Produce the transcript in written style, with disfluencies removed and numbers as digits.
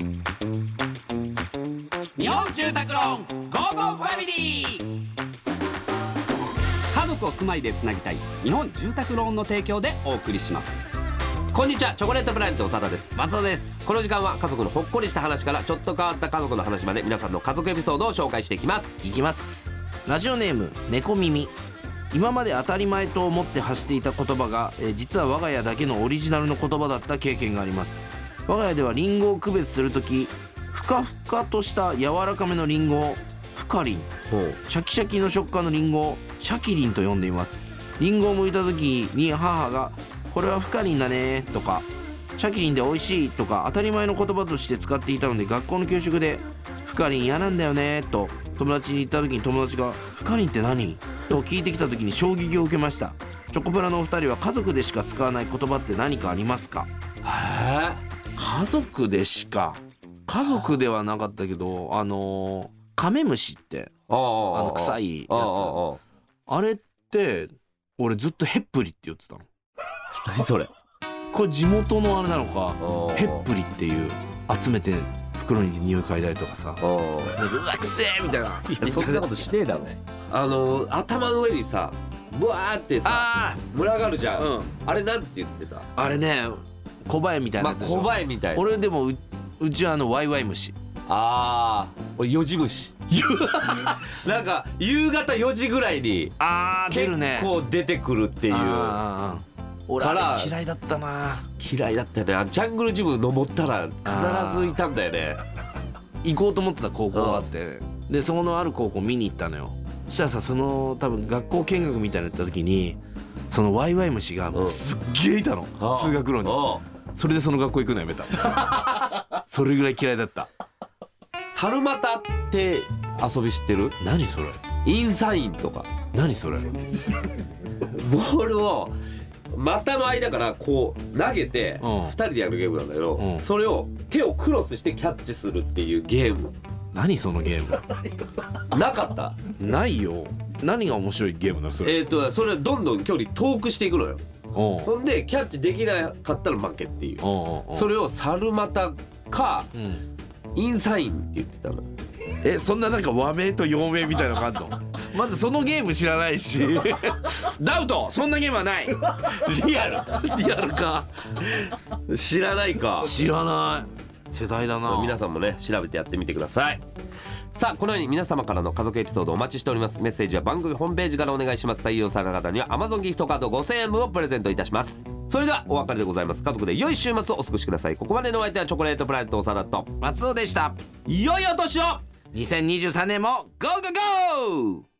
日本住宅ローンゴーゴーファミリー。家族を住まいでつなぎたい日本住宅ローンの提供でお送りします。こんにちは、チョコレートプラネット長田です。 松尾です。 この時間は家族のほっこりした話からちょっと変わった家族の話まで皆さんの家族エピソードを紹介していきます。 ラジオネーム猫耳。今まで当たり前と思って発していた言葉が、実は我が家だけのオリジナルの言葉だった経験があります。我が家ではリンゴを区別するとき、ふかふかとした柔らかめのリンゴをふかりん、シャキシャキの食感のリンゴをシャキリンと呼んでいます。リンゴを剥いたときに母がこれはふかりんだねとかシャキリンで美味しいとか当たり前の言葉として使っていたので、学校の給食でふかりん嫌なんだよねと友達に言った時に友達がふかりんって何と聞いてきた時に衝撃を受けました。チョコプラのお二人は家族でしか使わない言葉って何かありますか？家族でしか、家族ではなかったけどカメムシって臭いやつ、あれって俺ずっとヘップリって言ってたの。 何それ？ これ地元のあれなのか、ヘップリっていう集めて袋に匂い嗅いだりとかさ、なんかうわくせえみたいな。 いやそんなことしてえだろ。頭の上にさブワーってさ群がるじゃん、あれなんて言ってた？あれね小バエみたいなやつでしょ。 小バエみたいな。 俺でもうちはワイワイ虫。 俺ヨジ虫なんか夕方4時ぐらいに出るね、 結構出てくるっていう。 俺あれ嫌いだったな。 嫌いだったよね。ジャングルジム登ったら必ずいたんだよね。 行こうと思ってた高校があって、でそのある高校見に行ったのよ。そしたらさ、その多分学校見学みたいなのやった時にそのワイワイ虫がもうすっげえいたの、通学路に。それでその学校行くのやめたそれぐらい嫌いだった。 猿股って遊び知ってる？ 何それ？ インサインとか。 何それ？ ボールを股の間からこう投げて2人でやるゲームなんだけど、それを手をクロスしてキャッチするっていうゲーム。 何そのゲーム？ なかった？ ないよ。何が面白いゲームなのそれ？ それどんどん距離遠くしていくのよ。ほんでキャッチできなかったら負けっていう。それを猿股か、インサインって言ってたの。 そんななんか和名と洋名みたいなのがあるの？まずそのゲーム知らないしダウト、そんなゲームはない。 リアルか。 知らないか。 知らない。世代だな。 皆さんもね調べてやってみてください。さあこのように皆様からの家族エピソードお待ちしております。メッセージは番組ホームページからお願いします。採用された方には Amazon ギフトカード5000円分をプレゼントいたします。それではお別れでございます。家族で良い週末をお過ごしください。ここまでのお相手はチョコレートプラネット長田と松尾でした。 良いお年を。 2023年もゴーゴーゴー。